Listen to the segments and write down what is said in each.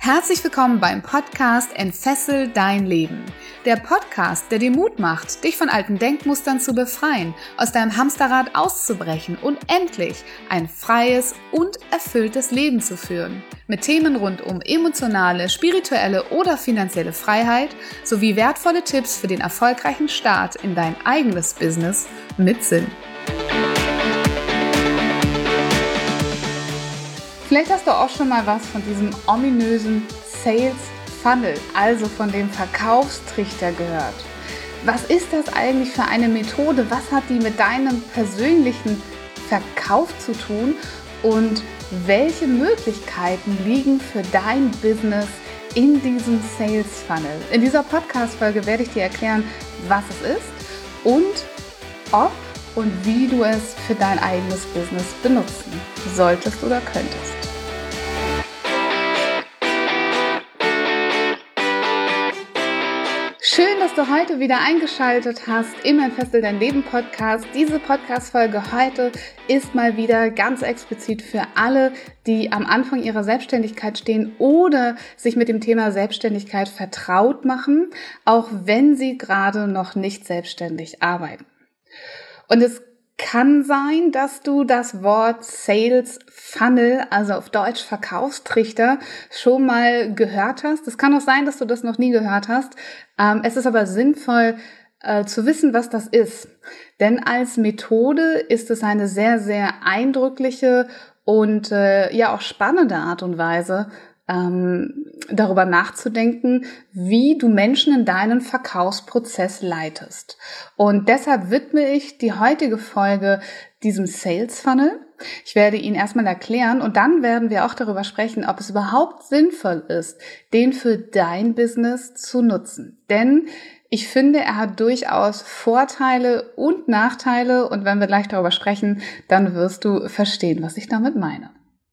Herzlich willkommen beim Podcast Entfessel dein Leben. Der Podcast, der dir Mut macht, dich von alten Denkmustern zu befreien, aus deinem Hamsterrad auszubrechen und endlich ein freies und erfülltes Leben zu führen. Mit Themen rund um emotionale, spirituelle oder finanzielle Freiheit sowie wertvolle Tipps für den erfolgreichen Start in dein eigenes Business mit Sinn. Vielleicht hast du auch schon mal was von diesem ominösen Sales Funnel, also von dem Verkaufstrichter gehört. Was ist das eigentlich für eine Methode? Was hat die mit deinem persönlichen Verkauf zu tun? Und welche Möglichkeiten liegen für dein Business in diesem Sales Funnel? In dieser Podcast-Folge werde ich dir erklären, was es ist und ob und wie du es für dein eigenes Business benutzen solltest oder könntest. Schön, dass du heute wieder eingeschaltet hast im Entfessel dein Leben Podcast. Diese Podcast-Folge heute ist mal wieder ganz explizit für alle, die am Anfang ihrer Selbstständigkeit stehen oder sich mit dem Thema Selbstständigkeit vertraut machen, auch wenn sie gerade noch nicht selbstständig arbeiten. Und es kann sein, dass du das Wort Sales Funnel, also auf Deutsch Verkaufstrichter, schon mal gehört hast. Es kann auch sein, dass du das noch nie gehört hast. Es ist aber sinnvoll zu wissen, was das ist. Denn als Methode ist es eine sehr, sehr eindrückliche und auch spannende Art und Weise, darüber nachzudenken, wie du Menschen in deinen Verkaufsprozess leitest. Und deshalb widme ich die heutige Folge diesem Sales Funnel. Ich werde ihn erstmal erklären und dann werden wir auch darüber sprechen, ob es überhaupt sinnvoll ist, den für dein Business zu nutzen. Denn ich finde, er hat durchaus Vorteile und Nachteile und wenn wir gleich darüber sprechen, dann wirst du verstehen, was ich damit meine.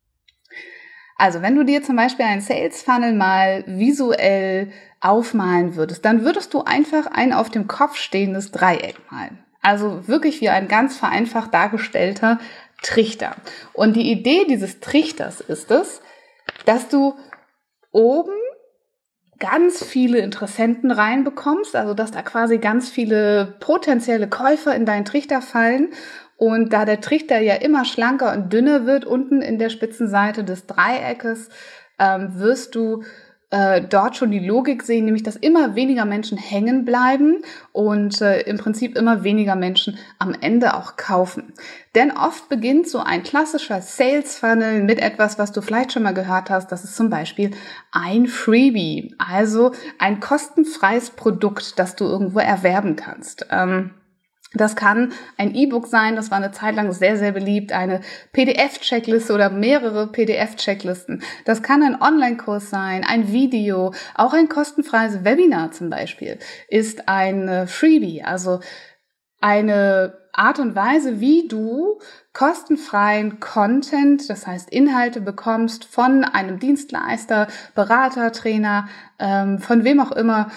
Also wenn du dir zum Beispiel einen Sales Funnel mal visuell aufmalen würdest, dann würdest du einfach ein auf dem Kopf stehendes Dreieck malen. Also wirklich wie ein ganz vereinfacht dargestellter Trichter. Und die Idee dieses Trichters ist es, dass du oben ganz viele Interessenten reinbekommst, also dass da quasi ganz viele potenzielle Käufer in deinen Trichter fallen. Und da der Trichter ja immer schlanker und dünner wird, unten in der Spitzenseite des Dreieckes, wirst du dort schon die Logik sehen, nämlich dass immer weniger Menschen hängen bleiben und im Prinzip immer weniger Menschen am Ende auch kaufen. Denn oft beginnt so ein klassischer Sales Funnel mit etwas, was du vielleicht schon mal gehört hast. Das ist zum Beispiel ein Freebie, also ein kostenfreies Produkt, das du irgendwo erwerben kannst. Das kann ein E-Book sein, das war eine Zeit lang sehr, sehr beliebt, eine PDF-Checkliste oder mehrere PDF-Checklisten. Das kann ein Online-Kurs sein, ein Video, auch ein kostenfreies Webinar zum Beispiel ist ein Freebie, also eine Art und Weise, wie du kostenfreien Content, das heißt Inhalte bekommst von einem Dienstleister, Berater, Trainer, von wem auch immer,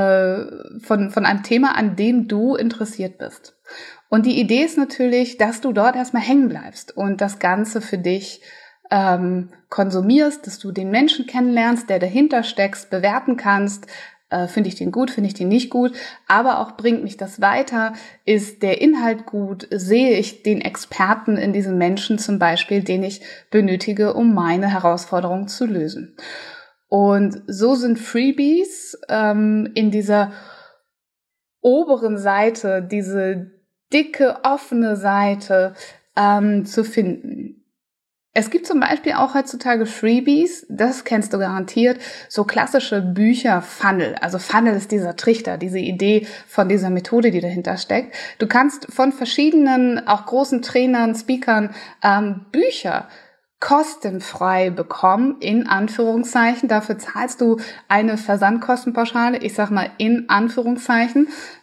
von einem Thema, an dem du interessiert bist. Und die Idee ist natürlich, dass du dort erstmal hängen bleibst und das Ganze für dich konsumierst, dass du den Menschen kennenlernst, der dahinter steckst, bewerten kannst. Finde ich den gut, finde ich den nicht gut, aber auch bringt mich das weiter, ist der Inhalt gut, sehe ich den Experten in diesem Menschen zum Beispiel, den ich benötige, um meine Herausforderung zu lösen. Und so sind Freebies in dieser oberen Seite, diese dicke, offene Seite zu finden. Es gibt zum Beispiel auch heutzutage Freebies, das kennst du garantiert, so klassische Bücher-Funnel. Also Funnel ist dieser Trichter, diese Idee von dieser Methode, die dahinter steckt. Du kannst von verschiedenen, auch großen Trainern, Speakern, Bücher kostenfrei bekommen, in Anführungszeichen. Dafür zahlst du eine Versandkostenpauschale, ich sag mal in Anführungszeichen.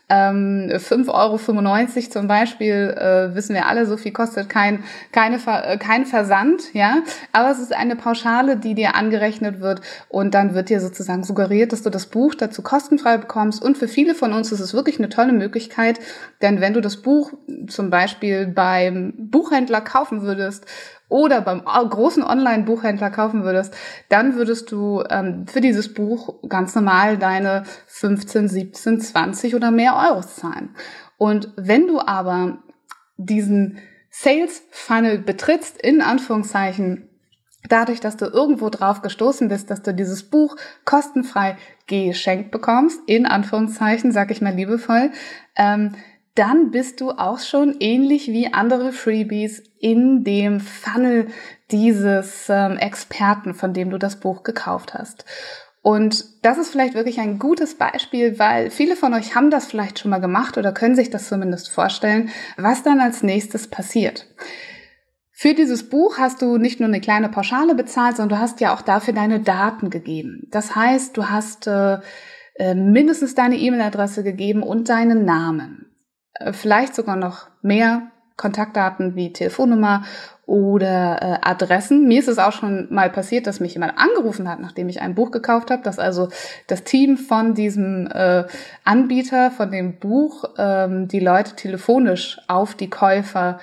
5,95 € zum Beispiel, wissen wir alle, so viel kostet kein Versand, ja. Aber es ist eine Pauschale, die dir angerechnet wird und dann wird dir sozusagen suggeriert, dass du das Buch dazu kostenfrei bekommst. Und für viele von uns ist es wirklich eine tolle Möglichkeit, denn wenn du das Buch zum Beispiel beim Buchhändler kaufen würdest oder beim großen Online-Buchhändler kaufen würdest, dann würdest du für dieses Buch ganz normal deine 15, 17, 20 oder mehr Euros zahlen. Und wenn du aber diesen Sales Funnel betrittst, in Anführungszeichen, dadurch, dass du irgendwo drauf gestoßen bist, dass du dieses Buch kostenfrei geschenkt bekommst, in Anführungszeichen, sag ich mal liebevoll, dann bist du auch schon ähnlich wie andere Freebies in dem Funnel dieses Experten, von dem du das Buch gekauft hast. Und das ist vielleicht wirklich ein gutes Beispiel, weil viele von euch haben das vielleicht schon mal gemacht oder können sich das zumindest vorstellen, was dann als nächstes passiert. Für dieses Buch hast du nicht nur eine kleine Pauschale bezahlt, sondern du hast ja auch dafür deine Daten gegeben. Das heißt, du hast mindestens deine E-Mail-Adresse gegeben und deinen Namen. Vielleicht sogar noch mehr Kontaktdaten wie Telefonnummer oder Adressen. Mir ist es auch schon mal passiert, dass mich jemand angerufen hat, nachdem ich ein Buch gekauft habe, dass also das Team von diesem Anbieter, von dem Buch, die Leute telefonisch auf die Käufer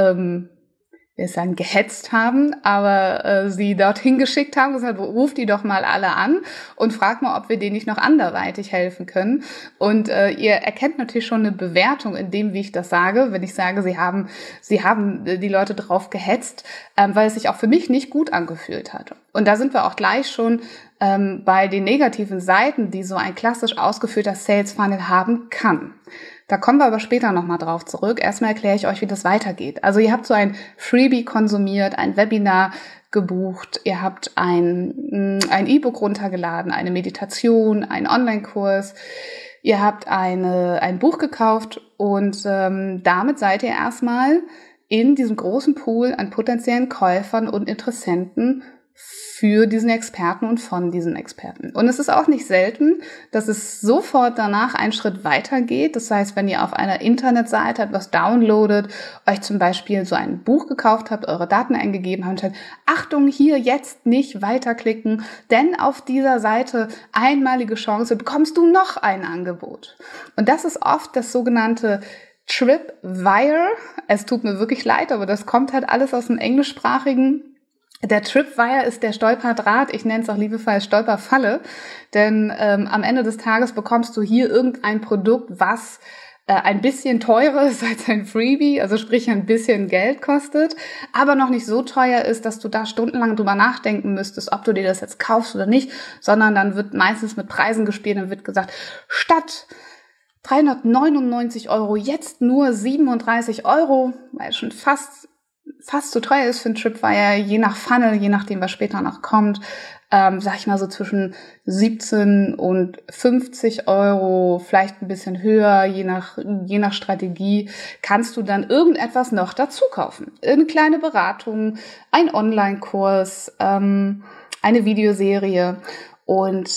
gehetzt haben, aber sie dorthin geschickt haben, gesagt, ruft die doch mal alle an und fragt mal, ob wir denen nicht noch anderweitig helfen können. Und ihr erkennt natürlich schon eine Bewertung in dem, wie ich das sage, wenn ich sage, sie haben die Leute drauf gehetzt, weil es sich auch für mich nicht gut angefühlt hat. Und da sind wir auch gleich schon bei den negativen Seiten, die so ein klassisch ausgeführter Sales Funnel haben kann. Da kommen wir aber später nochmal drauf zurück. Erstmal erkläre ich euch, wie das weitergeht. Also ihr habt so ein Freebie konsumiert, ein Webinar gebucht, ihr habt ein E-Book runtergeladen, eine Meditation, einen Online-Kurs, ihr habt ein Buch gekauft und damit seid ihr erstmal in diesem großen Pool an potenziellen Käufern und Interessenten für diesen Experten und von diesen Experten. Und es ist auch nicht selten, dass es sofort danach einen Schritt weiter geht. Das heißt, wenn ihr auf einer Internetseite etwas downloadet, euch zum Beispiel so ein Buch gekauft habt, eure Daten eingegeben habt, halt, Achtung, hier jetzt nicht weiterklicken, denn auf dieser Seite einmalige Chance, bekommst du noch ein Angebot. Und das ist oft das sogenannte Tripwire. Es tut mir wirklich leid, aber das kommt halt alles aus dem Englischsprachigen. Der Tripwire ist der Stolperdraht, ich nenne es auch liebevoll Stolperfalle, denn am Ende des Tages bekommst du hier irgendein Produkt, was ein bisschen teurer ist als ein Freebie, also sprich ein bisschen Geld kostet, aber noch nicht so teuer ist, dass du da stundenlang drüber nachdenken müsstest, ob du dir das jetzt kaufst oder nicht, sondern dann wird meistens mit Preisen gespielt und wird gesagt, statt 399 € jetzt nur 37 €, weil schon fast zu teuer ist für einen Tripwire, je nach Funnel, je nachdem, was später noch kommt, sag ich mal so zwischen 17 und 50 €, vielleicht ein bisschen höher, je nach Strategie, kannst du dann irgendetwas noch dazu kaufen. Eine kleine Beratung, ein Online-Kurs, eine Videoserie und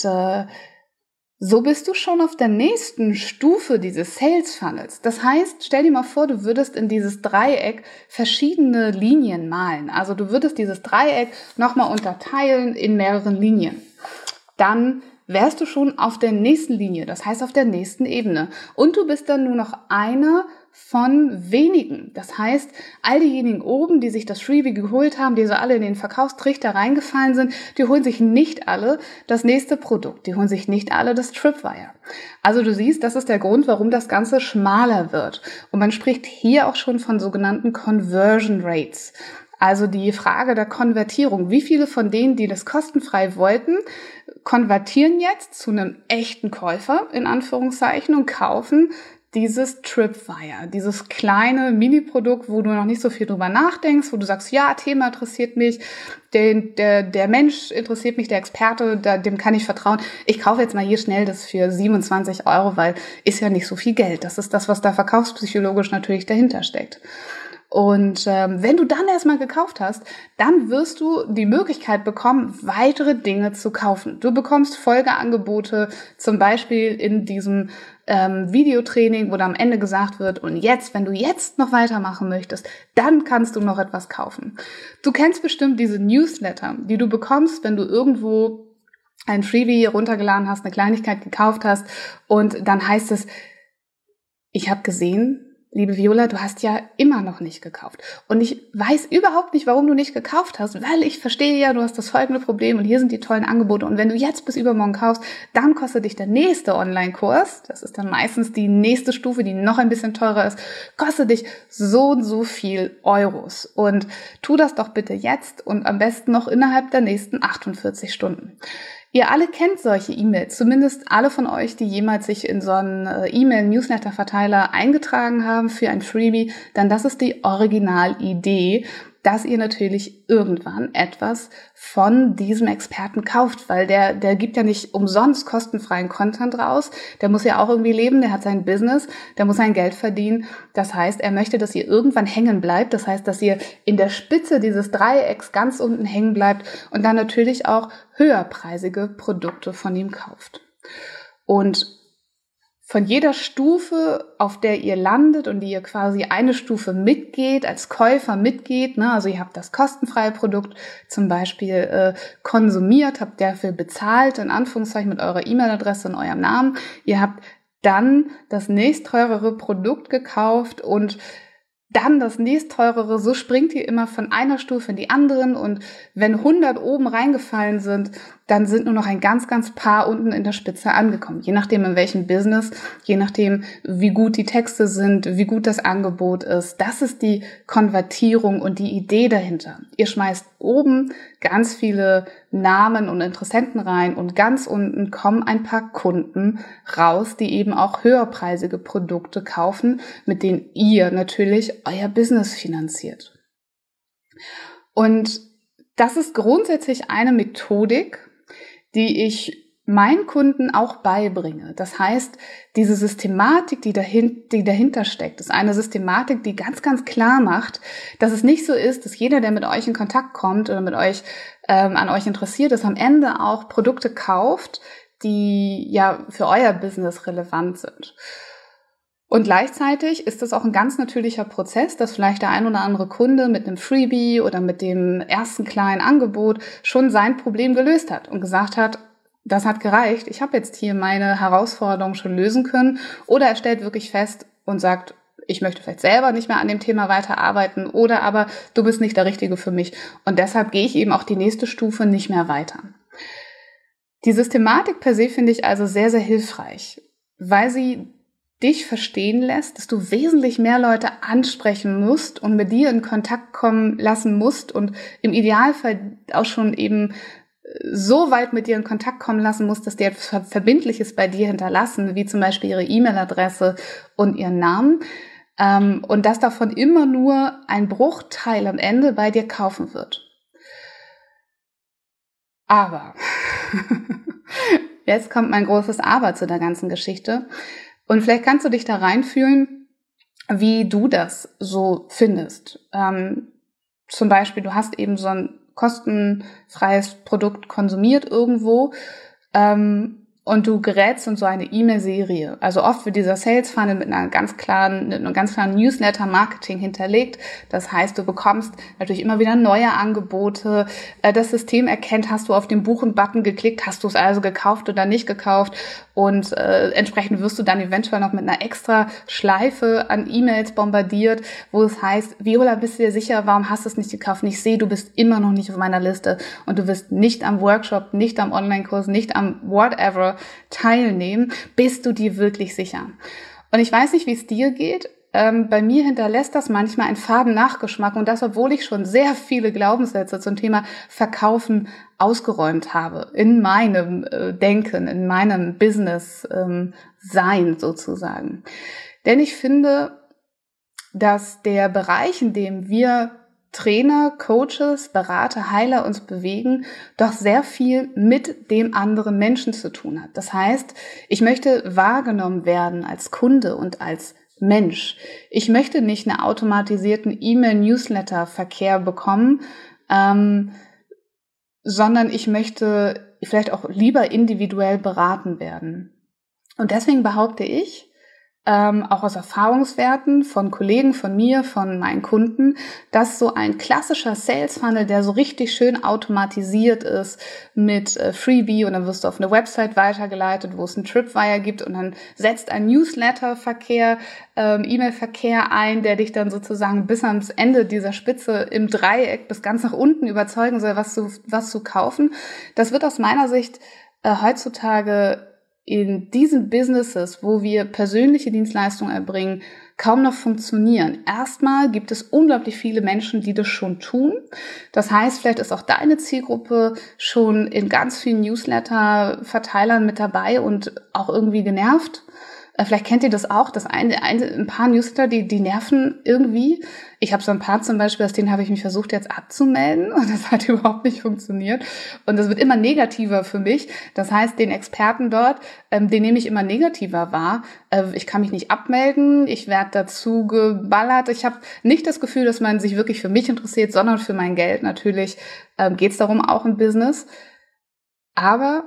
so bist du schon auf der nächsten Stufe dieses Sales Funnels. Das heißt, stell dir mal vor, du würdest in dieses Dreieck verschiedene Linien malen. Also du würdest dieses Dreieck nochmal unterteilen in mehreren Linien. Dann wärst du schon auf der nächsten Linie, das heißt auf der nächsten Ebene. Und du bist dann nur noch einer von wenigen. Das heißt, all diejenigen oben, die sich das Freebie geholt haben, die so alle in den Verkaufstrichter reingefallen sind, die holen sich nicht alle das nächste Produkt. Die holen sich nicht alle das Tripwire. Also du siehst, das ist der Grund, warum das Ganze schmaler wird. Und man spricht hier auch schon von sogenannten Conversion Rates. Also die Frage der Konvertierung. Wie viele von denen, die das kostenfrei wollten, konvertieren jetzt zu einem echten Käufer, in Anführungszeichen, und kaufen dieses Tripwire, dieses kleine Mini-Produkt, wo du noch nicht so viel drüber nachdenkst, wo du sagst, ja, Thema interessiert mich, der Mensch interessiert mich, der Experte, dem kann ich vertrauen. Ich kaufe jetzt mal hier schnell das für 27 €, weil ist ja nicht so viel Geld. Das ist das, was da verkaufspsychologisch natürlich dahinter steckt. Und wenn du dann erstmal gekauft hast, dann wirst du die Möglichkeit bekommen, weitere Dinge zu kaufen. Du bekommst Folgeangebote, zum Beispiel in diesem Videotraining, wo da am Ende gesagt wird, und jetzt, wenn du jetzt noch weitermachen möchtest, dann kannst du noch etwas kaufen. Du kennst bestimmt diese Newsletter, die du bekommst, wenn du irgendwo ein Freebie runtergeladen hast, eine Kleinigkeit gekauft hast und dann heißt es, ich habe gesehen, liebe Viola, du hast ja immer noch nicht gekauft. Und ich weiß überhaupt nicht, warum du nicht gekauft hast, weil ich verstehe ja, du hast das folgende Problem und hier sind die tollen Angebote. Und wenn du jetzt bis übermorgen kaufst, dann kostet dich der nächste Online-Kurs, das ist dann meistens die nächste Stufe, die noch ein bisschen teurer ist, kostet dich so und so viel Euros. Und tu das doch bitte jetzt und am besten noch innerhalb der nächsten 48 Stunden. Ihr alle kennt solche E-Mails, zumindest alle von euch, die jemals sich in so einen E-Mail-Newsletter-Verteiler eingetragen haben für ein Freebie, dann das ist die Originalidee, dass ihr natürlich irgendwann etwas von diesem Experten kauft, weil der gibt ja nicht umsonst kostenfreien Content raus, der muss ja auch irgendwie leben, der hat sein Business, der muss sein Geld verdienen. Das heißt, er möchte, dass ihr irgendwann hängen bleibt, das heißt, dass ihr in der Spitze dieses Dreiecks ganz unten hängen bleibt und dann natürlich auch höherpreisige Produkte von ihm kauft. Und von jeder Stufe, auf der ihr landet und die ihr quasi eine Stufe mitgeht, als Käufer mitgeht, ne, also ihr habt das kostenfreie Produkt zum Beispiel konsumiert, habt dafür bezahlt, in Anführungszeichen mit eurer E-Mail-Adresse und eurem Namen. Ihr habt dann das nächstteurere Produkt gekauft und dann das nächstteurere, so springt ihr immer von einer Stufe in die anderen und wenn 100 oben reingefallen sind, dann sind nur noch ein ganz, ganz paar unten in der Spitze angekommen. Je nachdem in welchem Business, je nachdem wie gut die Texte sind, wie gut das Angebot ist. Das ist die Konvertierung und die Idee dahinter. Ihr schmeißt oben ganz viele Namen und Interessenten rein und ganz unten kommen ein paar Kunden raus, die eben auch höherpreisige Produkte kaufen, mit denen ihr natürlich euer Business finanziert. Und das ist grundsätzlich eine Methodik, die ich meinen Kunden auch beibringe. Das heißt, diese Systematik, die dahinter steckt, ist eine Systematik, die ganz, ganz klar macht, dass es nicht so ist, dass jeder, der mit euch in Kontakt kommt oder mit euch an euch interessiert ist, am Ende auch Produkte kauft, die ja für euer Business relevant sind. Und gleichzeitig ist das auch ein ganz natürlicher Prozess, dass vielleicht der ein oder andere Kunde mit einem Freebie oder mit dem ersten kleinen Angebot schon sein Problem gelöst hat und gesagt hat, das hat gereicht, ich habe jetzt hier meine Herausforderung schon lösen können. Oder er stellt wirklich fest und sagt, ich möchte vielleicht selber nicht mehr an dem Thema weiterarbeiten oder aber du bist nicht der Richtige für mich. Und deshalb gehe ich eben auch die nächste Stufe nicht mehr weiter. Die Systematik per se finde ich also sehr, sehr hilfreich, weil sie dich verstehen lässt, dass du wesentlich mehr Leute ansprechen musst und mit dir in Kontakt kommen lassen musst und im Idealfall auch schon eben so weit mit dir in Kontakt kommen lassen musst, dass die etwas Verbindliches bei dir hinterlassen, wie zum Beispiel ihre E-Mail-Adresse und ihren Namen, und dass davon immer nur ein Bruchteil am Ende bei dir kaufen wird. Aber, jetzt kommt mein großes Aber zu der ganzen Geschichte. Und vielleicht kannst du dich da reinfühlen, wie du das so findest. Zum Beispiel, du hast eben so ein kostenfreies Produkt konsumiert irgendwo und du gerätst in so eine E-Mail-Serie. Also oft wird dieser Sales-Funnel mit einem ganz klaren Newsletter-Marketing hinterlegt. Das heißt, du bekommst natürlich immer wieder neue Angebote. Das System erkennt, hast du auf den Buchen-Button geklickt, hast du es also gekauft oder nicht gekauft. Und entsprechend wirst du dann eventuell noch mit einer extra Schleife an E-Mails bombardiert, wo es heißt, Viola, bist du dir sicher, warum hast du es nicht gekauft? Und ich sehe, du bist immer noch nicht auf meiner Liste und du wirst nicht am Workshop, nicht am Online-Kurs, nicht am whatever teilnehmen. Bist du dir wirklich sicher? Und ich weiß nicht, wie es dir geht. Bei mir hinterlässt das manchmal einen faden Nachgeschmack und das, obwohl ich schon sehr viele Glaubenssätze zum Thema Verkaufen ausgeräumt habe in meinem Denken, in meinem Business-Sein sozusagen. Denn ich finde, dass der Bereich, in dem wir Trainer, Coaches, Berater, Heiler uns bewegen, doch sehr viel mit dem anderen Menschen zu tun hat. Das heißt, ich möchte wahrgenommen werden als Kunde und als Mensch. Ich möchte nicht einen automatisierten E-Mail-Newsletter-Verkehr bekommen, sondern ich möchte vielleicht auch lieber individuell beraten werden. Und deswegen behaupte ich, auch aus Erfahrungswerten von Kollegen, von mir, von meinen Kunden, dass so ein klassischer Sales Funnel, der so richtig schön automatisiert ist mit Freebie und dann wirst du auf eine Website weitergeleitet, wo es einen Tripwire gibt und dann setzt ein Newsletter-Verkehr, E-Mail-Verkehr ein, der dich dann sozusagen bis ans Ende dieser Spitze im Dreieck bis ganz nach unten überzeugen soll, was zu kaufen. Das wird aus meiner Sicht heutzutage in diesen Businesses, wo wir persönliche Dienstleistungen erbringen, kaum noch funktionieren. Erstmal gibt es unglaublich viele Menschen, die das schon tun. Das heißt, vielleicht ist auch deine Zielgruppe schon in ganz vielen Newsletter-Verteilern mit dabei und auch irgendwie genervt. Vielleicht kennt ihr das auch, dass ein paar Newsletter, die nerven irgendwie. Ich habe so ein paar zum Beispiel, aus denen habe ich mich versucht jetzt abzumelden und das hat überhaupt nicht funktioniert. Und das wird immer negativer für mich. Das heißt, den Experten dort, den nehme ich immer negativer wahr. Ich kann mich nicht abmelden, ich werde dazu geballert. Ich habe nicht das Gefühl, dass man sich wirklich für mich interessiert, sondern für mein Geld. Natürlich geht es darum, auch im Business. Aber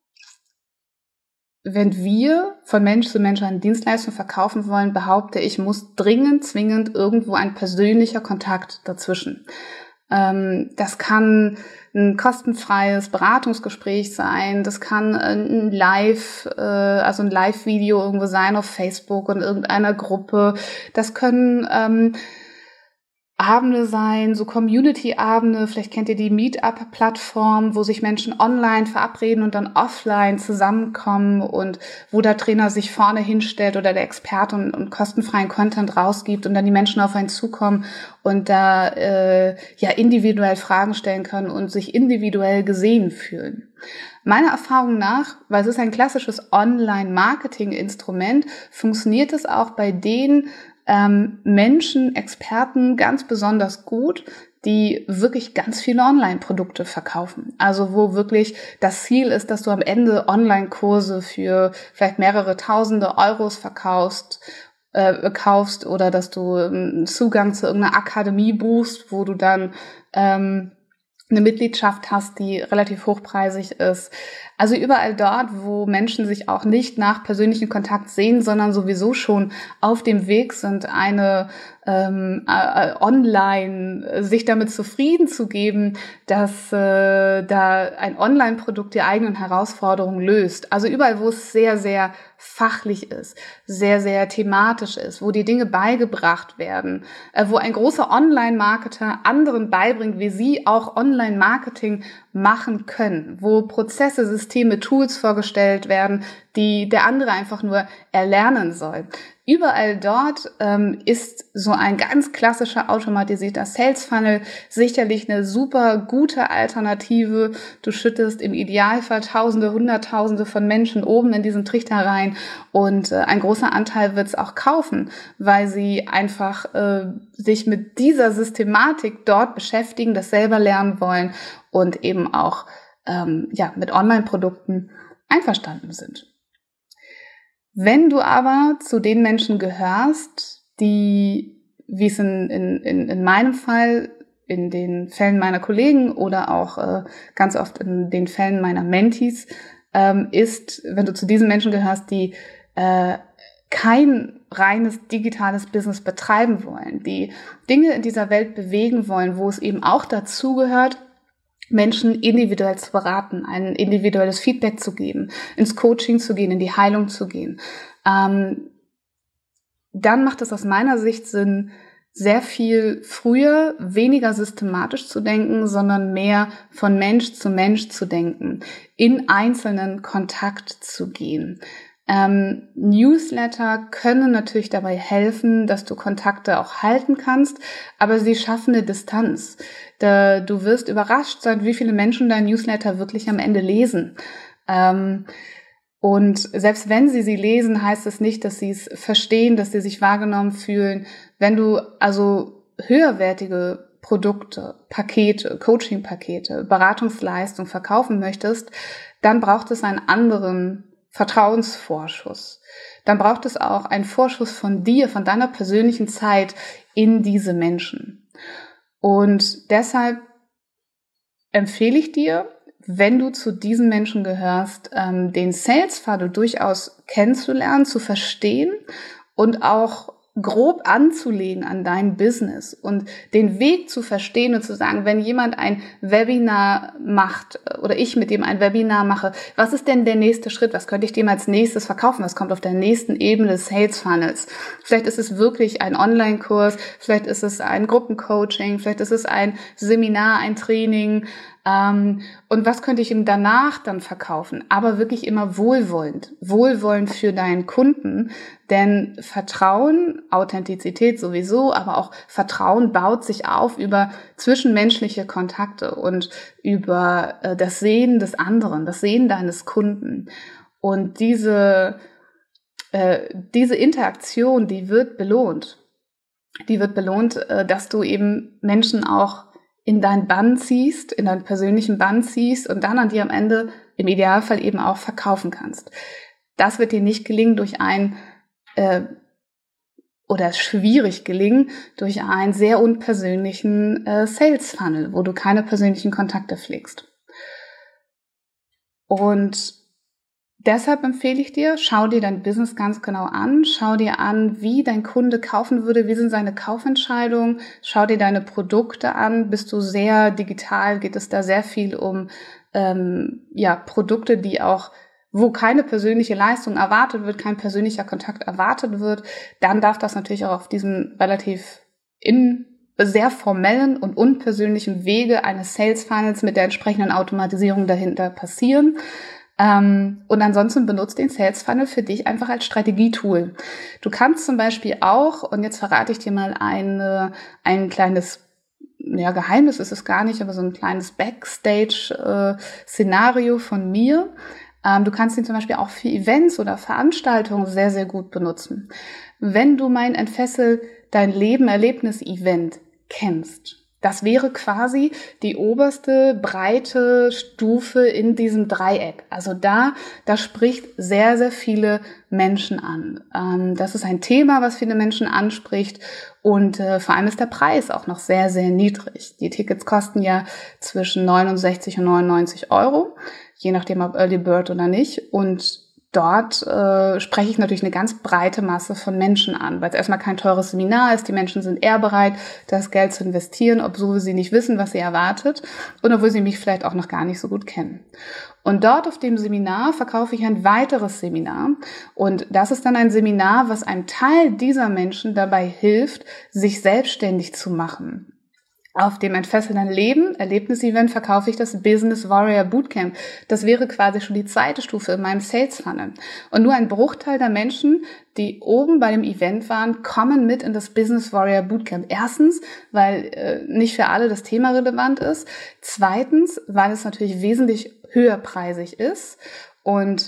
wenn wir von Mensch zu Mensch eine Dienstleistung verkaufen wollen, behaupte ich, muss zwingend irgendwo ein persönlicher Kontakt dazwischen. Das kann ein kostenfreies Beratungsgespräch sein, das kann ein Live-Video irgendwo sein auf Facebook und irgendeiner Gruppe. Das können Abende sein, so Community-Abende, vielleicht kennt ihr die Meetup-Plattform, wo sich Menschen online verabreden und dann offline zusammenkommen und wo der Trainer sich vorne hinstellt oder der Experte und kostenfreien Content rausgibt und dann die Menschen auf einen zukommen und da individuell Fragen stellen können und sich individuell gesehen fühlen. Meiner Erfahrung nach, weil es ist ein klassisches Online-Marketing-Instrument, funktioniert es auch bei den Menschen, Experten ganz besonders gut, die wirklich ganz viele Online-Produkte verkaufen. Also wo wirklich das Ziel ist, dass du am Ende Online-Kurse für vielleicht mehrere tausende Euros kaufst oder dass du Zugang zu irgendeiner Akademie buchst, wo du dann eine Mitgliedschaft hast, die relativ hochpreisig ist. Also überall dort, wo Menschen sich auch nicht nach persönlichem Kontakt sehen, sondern sowieso schon auf dem Weg sind, eine online sich damit zufrieden zu geben, dass da ein Online-Produkt die eigenen Herausforderungen löst. Also überall, wo es sehr, sehr fachlich ist, sehr, sehr thematisch ist, wo die Dinge beigebracht werden, wo ein großer Online-Marketer anderen beibringt, wie sie auch Online-Marketing machen können, wo Prozesse, Systeme, Tools vorgestellt werden, die der andere einfach nur erlernen soll. Überall dort ist so ein ganz klassischer automatisierter Sales Funnel sicherlich eine super gute Alternative. Du schüttest im Idealfall Tausende, Hunderttausende von Menschen oben in diesen Trichter rein und ein großer Anteil wird es auch kaufen, weil sie einfach sich mit dieser Systematik dort beschäftigen, das selber lernen wollen und eben auch mit Online-Produkten einverstanden sind. Wenn du aber zu den Menschen gehörst, die, wie es in meinem Fall, in den Fällen meiner Kollegen oder auch ganz oft in den Fällen meiner Mentees ist, wenn du zu diesen Menschen gehörst, die kein reines digitales Business betreiben wollen, die Dinge in dieser Welt bewegen wollen, wo es eben auch dazu gehört, Menschen individuell zu beraten, ein individuelles Feedback zu geben, ins Coaching zu gehen, in die Heilung zu gehen, dann macht es aus meiner Sicht Sinn, sehr viel früher, weniger systematisch zu denken, sondern mehr von Mensch zu denken, in einzelnen Kontakt zu gehen. Newsletter können natürlich dabei helfen, dass du Kontakte auch halten kannst, aber sie schaffen eine Distanz. Du wirst überrascht sein, wie viele Menschen dein Newsletter wirklich am Ende lesen. Und selbst wenn sie lesen, heißt es nicht, dass sie es verstehen, dass sie sich wahrgenommen fühlen. Wenn du also höherwertige Produkte, Pakete, Coaching-Pakete, Beratungsleistung verkaufen möchtest, dann braucht es einen anderen Vertrauensvorschuss. Dann braucht es auch einen Vorschuss von dir, von deiner persönlichen Zeit in diese Menschen. Und deshalb empfehle ich dir, wenn du zu diesen Menschen gehörst, den Sales Funnel durchaus kennenzulernen, zu verstehen und auch grob anzulegen an dein Business und den Weg zu verstehen und zu sagen, wenn jemand ein Webinar macht oder ich mit dem ein Webinar mache, was ist denn der nächste Schritt? Was könnte ich dem als nächstes verkaufen? Was kommt auf der nächsten Ebene des Sales Funnels? Vielleicht ist es wirklich ein Online-Kurs, vielleicht ist es ein Gruppencoaching, vielleicht ist es ein Seminar, ein Training. Und was könnte ich ihm danach dann verkaufen? Aber wirklich immer wohlwollend für deinen Kunden, denn Vertrauen, Authentizität sowieso, aber auch Vertrauen baut sich auf über zwischenmenschliche Kontakte und über das Sehen des anderen, das Sehen deines Kunden. Und diese Interaktion, die wird belohnt. Die wird belohnt, dass du eben Menschen auch in deinen Bann ziehst, in deinen persönlichen Bann ziehst und dann an dir am Ende im Idealfall eben auch verkaufen kannst. Das wird dir nicht gelingen durch oder schwierig gelingen durch einen sehr unpersönlichen Sales Funnel, wo du keine persönlichen Kontakte pflegst. Und deshalb empfehle ich dir, schau dir dein Business ganz genau an, schau dir an, wie dein Kunde kaufen würde, wie sind seine Kaufentscheidungen, schau dir deine Produkte an, bist du sehr digital, geht es da sehr viel um Produkte, die auch, wo keine persönliche Leistung erwartet wird, kein persönlicher Kontakt erwartet wird, dann darf das natürlich auch auf diesem relativ sehr formellen und unpersönlichen Wege eines Sales Funnels mit der entsprechenden Automatisierung dahinter passieren. Und ansonsten benutzt den Sales Funnel für dich einfach als Strategietool. Du kannst zum Beispiel auch, und jetzt verrate ich dir mal ein kleines, Geheimnis ist es gar nicht, aber so ein kleines Backstage-Szenario von mir. Du kannst ihn zum Beispiel auch für Events oder Veranstaltungen sehr, sehr gut benutzen. Wenn du mein Entfessel dein Leben Erlebnis-Event kennst, das wäre quasi die oberste breite Stufe in diesem Dreieck. Also da spricht sehr, sehr viele Menschen an. Das ist ein Thema, was viele Menschen anspricht und vor allem ist der Preis auch noch sehr, sehr niedrig. Die Tickets kosten ja zwischen 69 und 99 Euro, je nachdem ob Early Bird oder nicht. Und dort spreche ich natürlich eine ganz breite Masse von Menschen an, weil es erstmal kein teures Seminar ist. Die Menschen sind eher bereit, das Geld zu investieren, obwohl sie nicht wissen, was sie erwartet und obwohl sie mich vielleicht auch noch gar nicht so gut kennen. Und dort auf dem Seminar verkaufe ich ein weiteres Seminar. Und das ist dann ein Seminar, was einem Teil dieser Menschen dabei hilft, sich selbstständig zu machen. Auf dem Entfessel dein Leben Erlebnis-Event verkaufe ich das Business Warrior Bootcamp. Das wäre quasi schon die zweite Stufe in meinem Sales Funnel. Und nur ein Bruchteil der Menschen, die oben bei dem Event waren, kommen mit in das Business Warrior Bootcamp. Erstens, weil nicht für alle das Thema relevant ist. Zweitens, weil es natürlich wesentlich höherpreisig ist. Und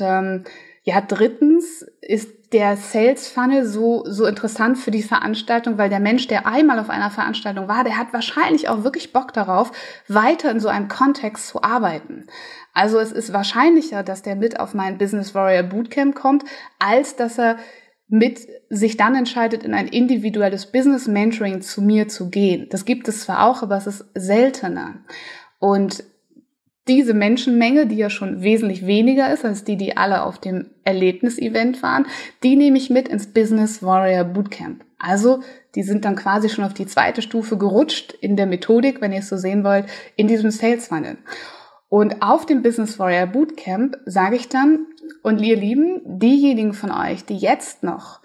drittens ist der Sales Funnel so interessant für die Veranstaltung, weil der Mensch, der einmal auf einer Veranstaltung war, der hat wahrscheinlich auch wirklich Bock darauf, weiter in so einem Kontext zu arbeiten. Also es ist wahrscheinlicher, dass der mit auf mein Business Warrior Bootcamp kommt, als dass er mit sich dann entscheidet, in ein individuelles Business Mentoring zu mir zu gehen. Das gibt es zwar auch, aber es ist seltener. Und diese Menschenmenge, die ja schon wesentlich weniger ist als die alle auf dem Erlebnis-Event waren, die nehme ich mit ins Business Warrior Bootcamp. Also die sind dann quasi schon auf die zweite Stufe gerutscht in der Methodik, wenn ihr es so sehen wollt, in diesem Sales Funnel. Und auf dem Business Warrior Bootcamp sage ich dann, und ihr Lieben, diejenigen von euch, die jetzt noch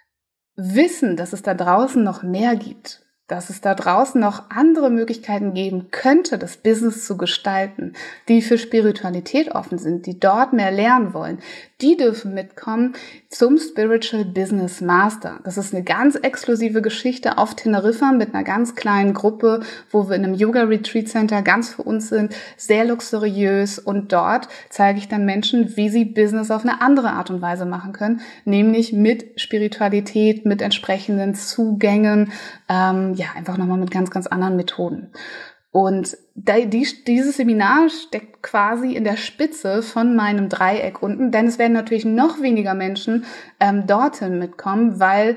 wissen, dass es da draußen noch mehr gibt, dass es da draußen noch andere Möglichkeiten geben könnte, das Business zu gestalten, die für Spiritualität offen sind, die dort mehr lernen wollen, die dürfen mitkommen zum Spiritual Business Master. Das ist eine ganz exklusive Geschichte auf Teneriffa mit einer ganz kleinen Gruppe, wo wir in einem Yoga-Retreat-Center ganz für uns sind, sehr luxuriös, und dort zeige ich dann Menschen, wie sie Business auf eine andere Art und Weise machen können, nämlich mit Spiritualität, mit entsprechenden Zugängen, einfach nochmal mit ganz, ganz anderen Methoden. Und dieses Seminar steckt quasi in der Spitze von meinem Dreieck unten, denn es werden natürlich noch weniger Menschen dorthin mitkommen, weil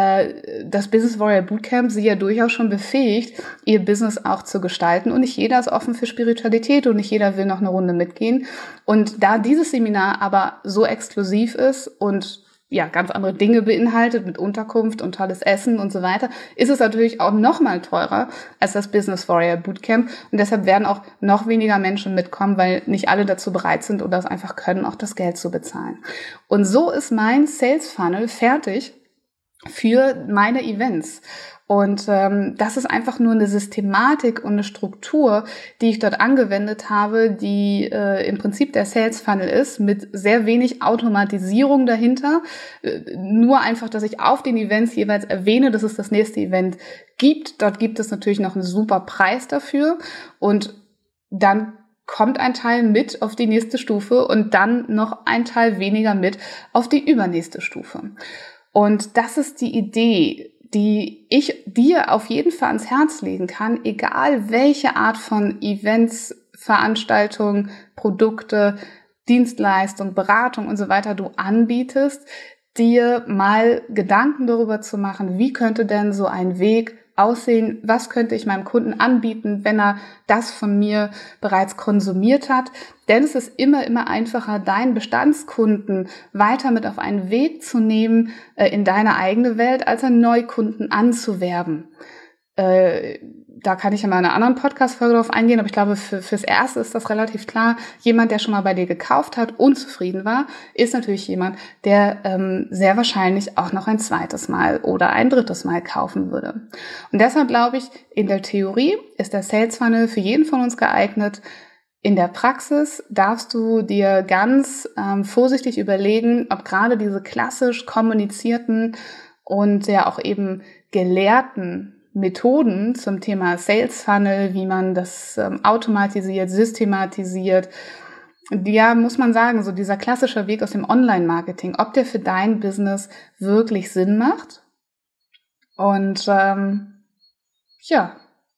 das Business Warrior Bootcamp sie ja durchaus schon befähigt, ihr Business auch zu gestalten. Und nicht jeder ist offen für Spiritualität und nicht jeder will noch eine Runde mitgehen. Und da dieses Seminar aber so exklusiv ist und ja ganz andere Dinge beinhaltet, mit Unterkunft und tolles Essen und so weiter, ist es natürlich auch noch mal teurer als das Business Warrior Bootcamp. Und deshalb werden auch noch weniger Menschen mitkommen, weil nicht alle dazu bereit sind oder es einfach können, auch das Geld zu bezahlen. Und so ist mein Sales Funnel fertig für meine Events. Und das ist einfach nur eine Systematik und eine Struktur, die ich dort angewendet habe, die im Prinzip der Sales Funnel ist, mit sehr wenig Automatisierung dahinter. Nur einfach, dass ich auf den Events jeweils erwähne, dass es das nächste Event gibt. Dort gibt es natürlich noch einen super Preis dafür. Und dann kommt ein Teil mit auf die nächste Stufe und dann noch ein Teil weniger mit auf die übernächste Stufe. Und das ist die Idee, die ich dir auf jeden Fall ans Herz legen kann, egal welche Art von Events, Veranstaltungen, Produkte, Dienstleistung, Beratung und so weiter du anbietest, dir mal Gedanken darüber zu machen, wie könnte denn so ein Weg aussehen, was könnte ich meinem Kunden anbieten, wenn er das von mir bereits konsumiert hat. Denn es ist immer einfacher, deinen Bestandskunden weiter mit auf einen Weg zu nehmen in deine eigene Welt, als einen Neukunden anzuwerben. Da kann ich in meiner anderen Podcast-Folge drauf eingehen, aber ich glaube, fürs Erste ist das relativ klar. Jemand, der schon mal bei dir gekauft hat, unzufrieden war, ist natürlich jemand, der sehr wahrscheinlich auch noch ein zweites Mal oder ein drittes Mal kaufen würde. Und deshalb glaube ich, in der Theorie ist der Sales Funnel für jeden von uns geeignet. In der Praxis darfst du dir ganz vorsichtig überlegen, ob gerade diese klassisch kommunizierten und ja auch eben gelehrten Methoden zum Thema Sales Funnel, wie man das automatisiert, systematisiert. Ja, muss man sagen, so dieser klassische Weg aus dem Online-Marketing, ob der für dein Business wirklich Sinn macht. Und ja,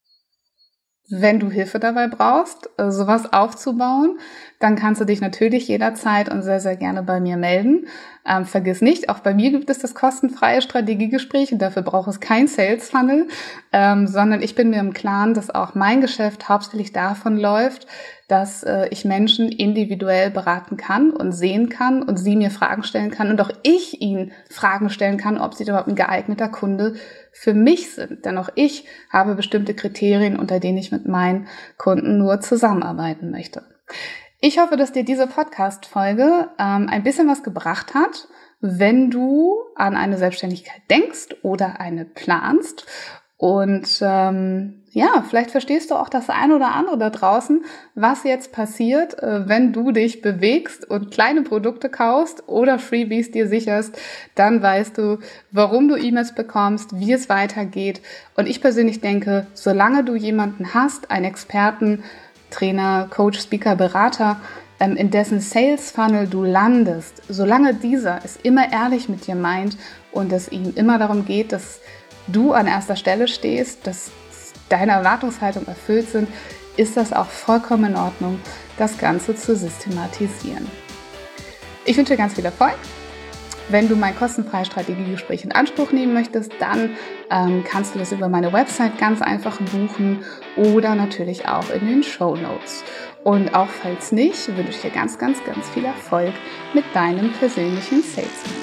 wenn du Hilfe dabei brauchst, sowas aufzubauen, dann kannst du dich natürlich jederzeit und sehr, sehr gerne bei mir melden. Vergiss nicht, auch bei mir gibt es das kostenfreie Strategiegespräch und dafür braucht es kein Sales Funnel, sondern ich bin mir im Klaren, dass auch mein Geschäft hauptsächlich davon läuft, dass ich Menschen individuell beraten kann und sehen kann und sie mir Fragen stellen kann und auch ich ihnen Fragen stellen kann, ob sie überhaupt ein geeigneter Kunde für mich sind. Denn auch ich habe bestimmte Kriterien, unter denen ich mit meinen Kunden nur zusammenarbeiten möchte. Ich hoffe, dass dir diese Podcast-Folge ein bisschen was gebracht hat, wenn du an eine Selbstständigkeit denkst oder eine planst. Und ja, vielleicht verstehst du auch das eine oder andere da draußen, was jetzt passiert, wenn du dich bewegst und kleine Produkte kaufst oder Freebies dir sicherst. Dann weißt du, warum du E-Mails bekommst, wie es weitergeht. Und ich persönlich denke, solange du jemanden hast, einen Experten, Trainer, Coach, Speaker, Berater, in dessen Sales Funnel du landest, solange dieser es immer ehrlich mit dir meint und es ihm immer darum geht, dass du an erster Stelle stehst, dass deine Erwartungshaltung erfüllt sind, ist das auch vollkommen in Ordnung, das Ganze zu systematisieren. Ich wünsche dir ganz viel Erfolg. Wenn du mein kostenfreies Strategiegespräch in Anspruch nehmen möchtest, dann kannst du das über meine Website ganz einfach buchen oder natürlich auch in den Shownotes. Und auch falls nicht, wünsche ich dir ganz, ganz, ganz viel Erfolg mit deinem persönlichen Sales.